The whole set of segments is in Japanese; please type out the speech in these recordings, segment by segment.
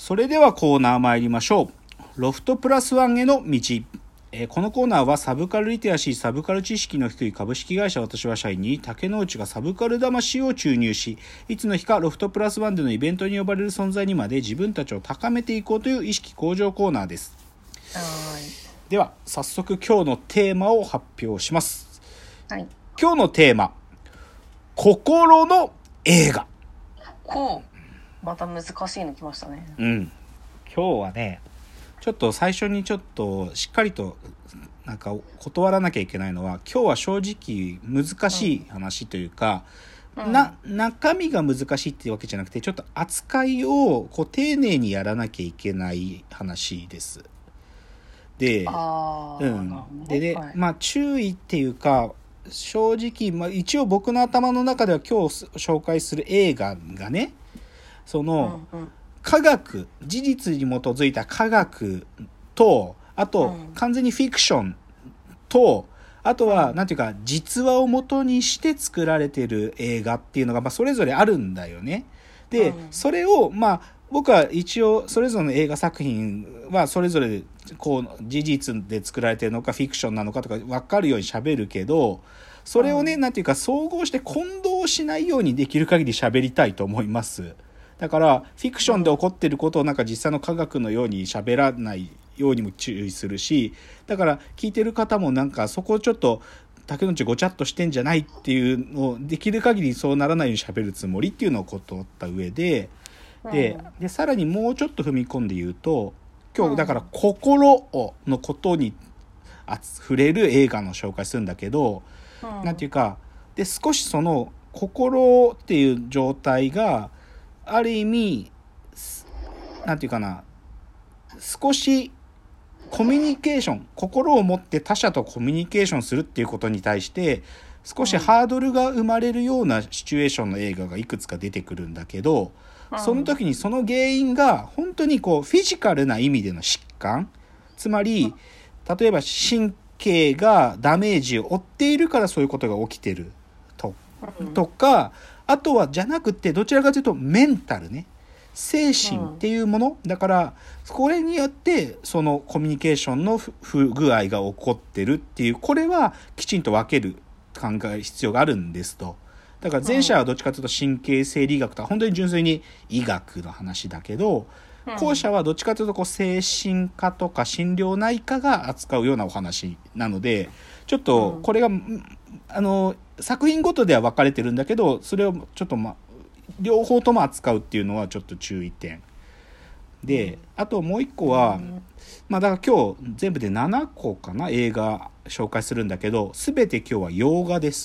それではコーナー参りましょう。ロフトプラスワンへの道。このコーナーはサブカルリテラシー、サブカル知識の低い株式会社私は社員に竹之内がサブカル魂を注入し、いつの日かロフトプラスワンでのイベントに呼ばれる存在にまで自分たちを高めていこうという意識向上コーナーです。では早速今日のテーマを発表します。 はい、 今日のテーマ、心の映画。 また難しいの来ましたね。 今日はね、ちょっと最初にちょっとしっかりとなんか断らなきゃいけないのは、今日は正直難しい話というか、中身が難しいっていうわけじゃなくて、ちょっと扱いをこう丁寧にやらなきゃいけない話です。で、でね、注意っていうか、正直、一応僕の頭の中では今日紹介する映画がね、その、科学、事実に基づいた科学と、あと、完全にフィクションと、あとは、なんていうか、実話を元にして作られてる映画っていうのが、それぞれあるんだよね。で、それを、僕は一応、それぞれの映画作品は、それぞれ、こう、事実で作られてるのか、フィクションなのかとか、分かるように喋るけど、それをね、なんていうか、総合して混同しないようにできる限り喋りたいと思います。だからフィクションで起こってることをなんか実際の科学のように喋らないようにも注意するし、だから聞いてる方もなんかそこをちょっと竹之内ごちゃっとしてんじゃないっていうのをできる限りそうならないように喋るつもりっていうのを断った上で、でさらにもうちょっと踏み込んで言うと、今日だから心のことに触れる映画の紹介するんだけど、なんていうかで、少しその心っていう状態がある意味、なんていうかな、少しコミュニケーション、心を持って他者とコミュニケーションするっていうことに対して少しハードルが生まれるようなシチュエーションの映画がいくつか出てくるんだけど、その時にその原因が本当にこうフィジカルな意味での疾患、つまり例えば神経がダメージを負っているからそういうことが起きてるとか、あとはじゃなくてどちらかというとメンタルね、精神っていうものだから、これによってそのコミュニケーションの不具合が起こってるっていう、これはきちんと分ける考え必要があるんですと。だから前者はどっちかというと神経生理学とか本当に純粋に医学の話だけど、後者はどっちかというとこう精神科とか心療内科が扱うようなお話なので、ちょっとこれが作品ごとでは分かれてるんだけど、それをちょっと両方とも扱うっていうのはちょっと注意点で、あともう一個はだから今日全部で7個かな映画紹介するんだけど、全て今日は洋画です。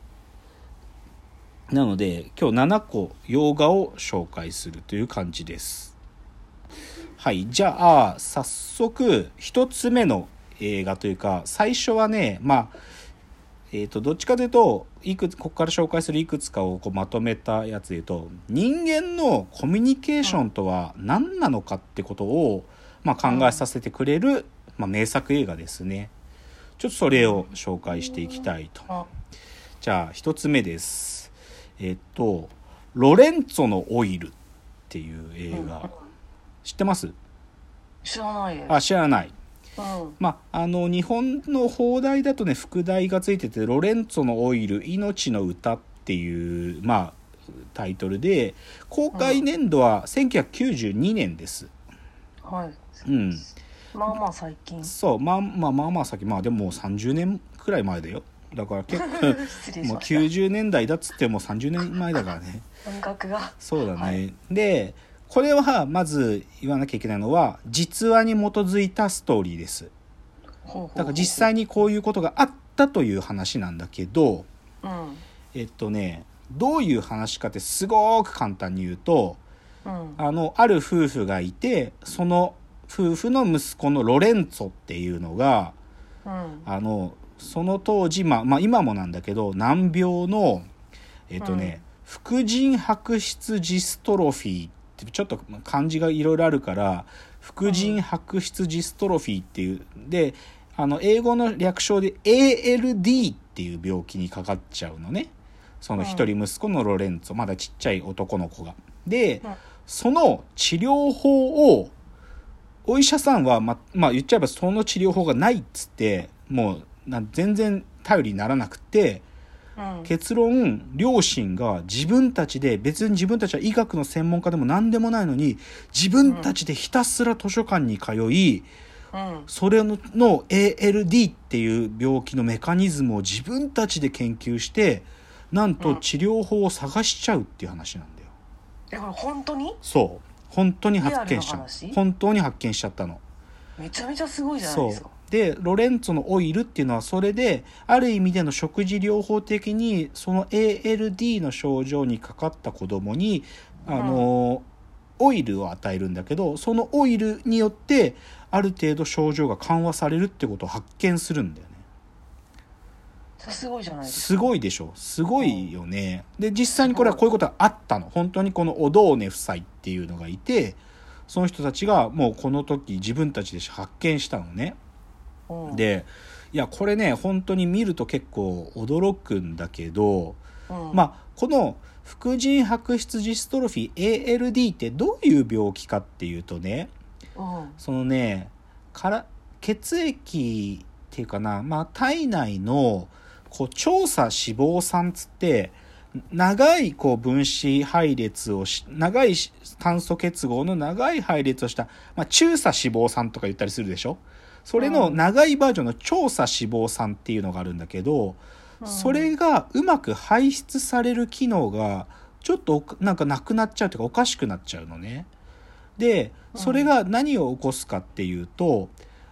なので今日7個洋画を紹介するという感じです。はい、じゃあ早速一つ目の映画というか、最初はね、どっちかというとここから紹介するいくつかをこうまとめたやつで言うと、人間のコミュニケーションとは何なのかってことを考えさせてくれる名作映画ですね。ちょっとそれを紹介していきたいと。じゃあ一つ目です。ロレンツォのオイルっていう映画、知ってます？ 知らないです。 知らない。日本の邦題だとね、副題がついてて、ロレンツォのオイル命の歌っていうタイトルで、公開年度は1992年です。 最近。 そう、最近、でももう30年くらい前だよ。だから結構もう90年代だっつっても30年前だからね。 感覚が。 そうだね。でこれはまず言わなきゃいけないのは、実話に基づいたストーリーです。だから実際にこういうことがあったという話なんだけど、どういう話かってすごく簡単に言うと、ある夫婦がいて、その夫婦の息子のロレンツォっていうのが、その当時、今もなんだけど、難病の副腎白質ジストロフィーってちょっと漢字がいろいろあるから、副腎白質ジストロフィーっていうで、英語の略称で ALD っていう病気にかかっちゃうのね。その一人息子のロレンツォ、まだちっちゃい男の子が。で、 その治療法をお医者さんは言っちゃえばその治療法がないっつってもう全然頼りにならなくて、結論両親が自分たちで、別に自分たちは医学の専門家でも何でもないのに自分たちでひたすら図書館に通い、それの ALD っていう病気のメカニズムを自分たちで研究してなんと治療法を探しちゃうっていう話なんだよ。 これ本当に？ そう本当に発見しちゃう。本当に発見しちゃったの。 めちゃめちゃすごいじゃないですか。 でロレンツォのオイルっていうのはそれである意味での食事療法的にその ALD の症状にかかった子供にオイルを与えるんだけど、そのオイルによってある程度症状が緩和されるってことを発見するんだよね。 すごいじゃないですか。 すごいでしょ。すごいよね。で実際にこれはこういうことがあったの。本当にこのオドーネ夫妻っていうのがいて、その人たちがもうこの時自分たちで発見したのね。でいやこれね本当に見ると結構驚くんだけど、この副腎白質ジストロフィー ALD ってどういう病気かっていうとね、そのね血液っていうかな、体内の長鎖脂肪酸つって長い分子配列を長い炭素結合の長い配列をした、中鎖脂肪酸とか言ったりするでしょ。それの長いバージョンの長鎖脂肪酸っていうのがあるんだけど、それがうまく排出される機能がちょっとなくなっちゃうというかおかしくなっちゃうのね。でそれが何を起こすかっていうと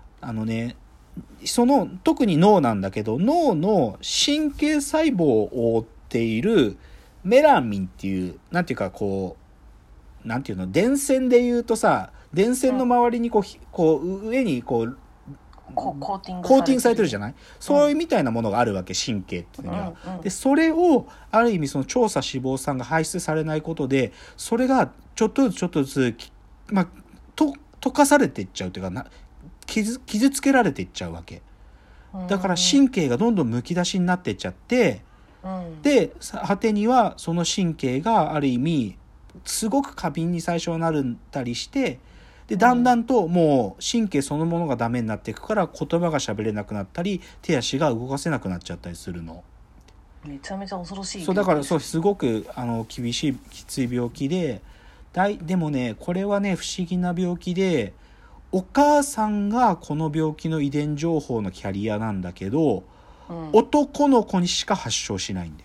特に脳なんだけど、脳の神経細胞を覆っているメラミンっていうなんていうかなんていうの、電線で言うとさ、電線の周りに上にコーティングされてるじゃない、そういうみたいなものがあるわけ、神経っていうのは。でそれをある意味その長鎖脂肪酸が排出されないことで、それがちょっとずつ溶かされていっちゃうというか傷つけられていっちゃうわけだから、神経がどんどんむき出しになっていっちゃって、で果てにはその神経がある意味すごく過敏に最初はなったりして、でだんだんともう神経そのものがダメになっていくから言葉が喋れなくなったり手足が動かせなくなっちゃったりするの。 めちゃめちゃ恐ろしい。 そうだからすごく厳しいきつい病気で、でもねこれはね不思議な病気で、お母さんがこの病気の遺伝情報のキャリアなんだけど、男の子にしか発症しないんだ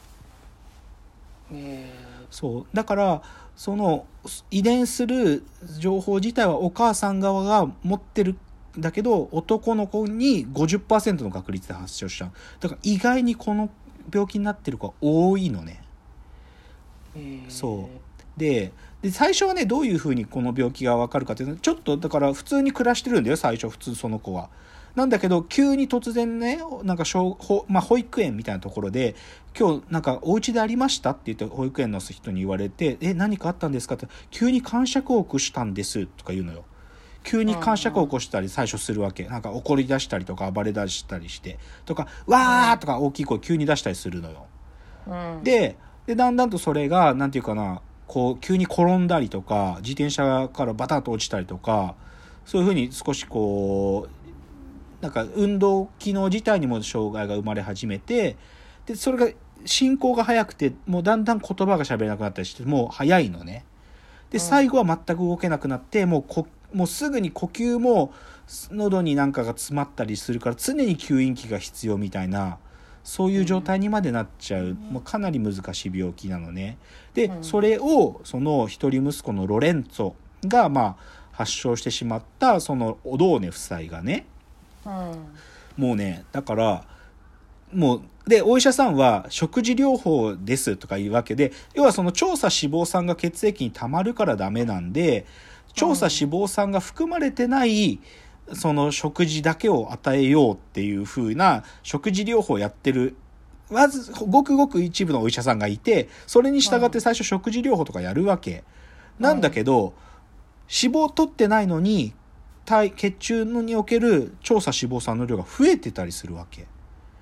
よ。そうだからその遺伝する情報自体はお母さん側が持ってるんだけど、男の子に 50% の確率で発症しちゃう。だから意外にこの病気になってる子が多いのね。そうで最初はねどういうふうにこの病気が分かるかっていうのは、ちょっとだから普通に暮らしてるんだよ最初、普通その子は。なんだけど急に突然ね保育園みたいなところで今日お家でありましたって言って保育園の人に言われて、何かあったんですかって、急に癇癪を起こしたんですとか言うのよ。急に癇癪を起こしたり最初するわけ。怒り出したりとか暴れ出したりしてとか、わーとか大きい声急に出したりするのよ。でだんだんとそれがなんていうかな、急に転んだりとか自転車からバタッと落ちたりとか、そういうふうに少し運動機能自体にも障害が生まれ始めて、でそれが進行が早くてもうだんだん言葉が喋れなくなったりして、もう早いのね。で最後は全く動けなくなって、もうすぐに呼吸も喉にが詰まったりするから常に吸引器が必要みたいな、そういう状態にまでなっちゃう、もうかなり難しい病気なのね。でそれをその一人息子のロレンツォが発症してしまったそのオドーネ夫妻がね、もうねだからもうでお医者さんは食事療法ですとかいうわけで、要はその長鎖脂肪酸が血液に溜まるからダメなんで、長鎖脂肪酸が含まれてないその食事だけを与えようっていう風な食事療法をやってるまずごくごく一部のお医者さんがいて、それに従って最初食事療法とかやるわけなんだけど、脂肪取ってないのに血中における長鎖脂肪酸の量が増えてたりするわけ。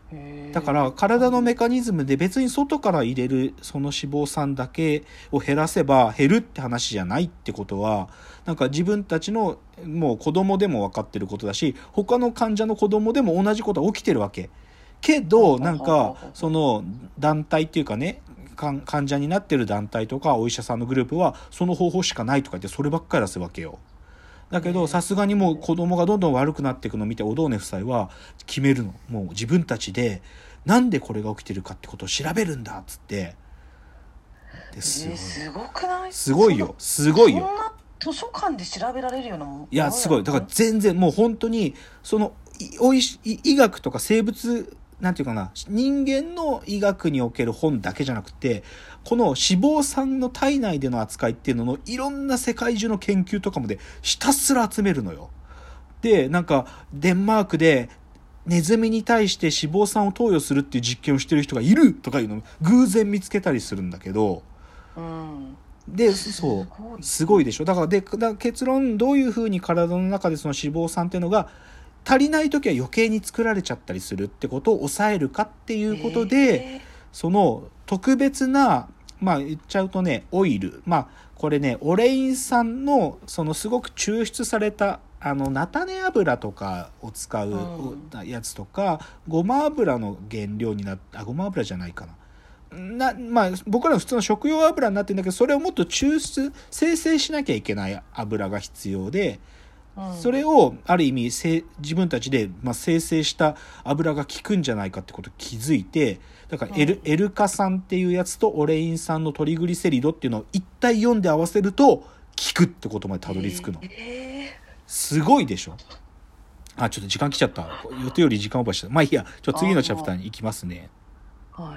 だから体のメカニズムで別に外から入れるその脂肪酸だけを減らせば減るって話じゃないってことは、なんか自分たちのもう子供でも分かってることだし、他の患者の子供でも同じことが起きてるわけ。けどなんかその団体っていうかね、患者になってる団体とかお医者さんのグループはその方法しかないとか言ってそればっかり出すわけよ。だけどさすがにもう子供がどんどん悪くなっていくのを見てオドーネ夫妻は決めるの。もう自分たちでなんでこれが起きてるかってことを調べるんだっつってすごくない？ すごいよ、すごいよ。 そんな図書館で調べられるようなもん？ いやすごい。だから全然もう本当にその医学とか生物なんていうかな、人間の医学における本だけじゃなくて、この脂肪酸の体内での扱いっていうののいろんな世界中の研究とかまでひたすら集めるのよ。でなんかデンマークでネズミに対して脂肪酸を投与するっていう実験をしてる人がいるとかいうのを偶然見つけたりするんだけど、でそうすごいでしょ。だから結論、どういうふうに体の中でその脂肪酸っていうのが足りない時は余計に作られちゃったりするってことを抑えるかっていうことで、その特別な言っちゃうとねオイル、これねオレイン酸のそのすごく抽出された菜種油とかを使うやつとか、ごま油の原料になってごま油じゃないかな僕らの普通の食用油になってるんだけど、それをもっと抽出生成しなきゃいけない油が必要で、それをある意味自分たちで生成した油が効くんじゃないかってことを気づいて、だからエルカ酸っていうやつとオレイン酸のトリグリセリドっていうのを1対4で合わせると効くってことまでたどり着くの。すごいでしょ。ちょっと時間来ちゃった。予定より時間オーバーした。いいや、次のチャプターに行きますね。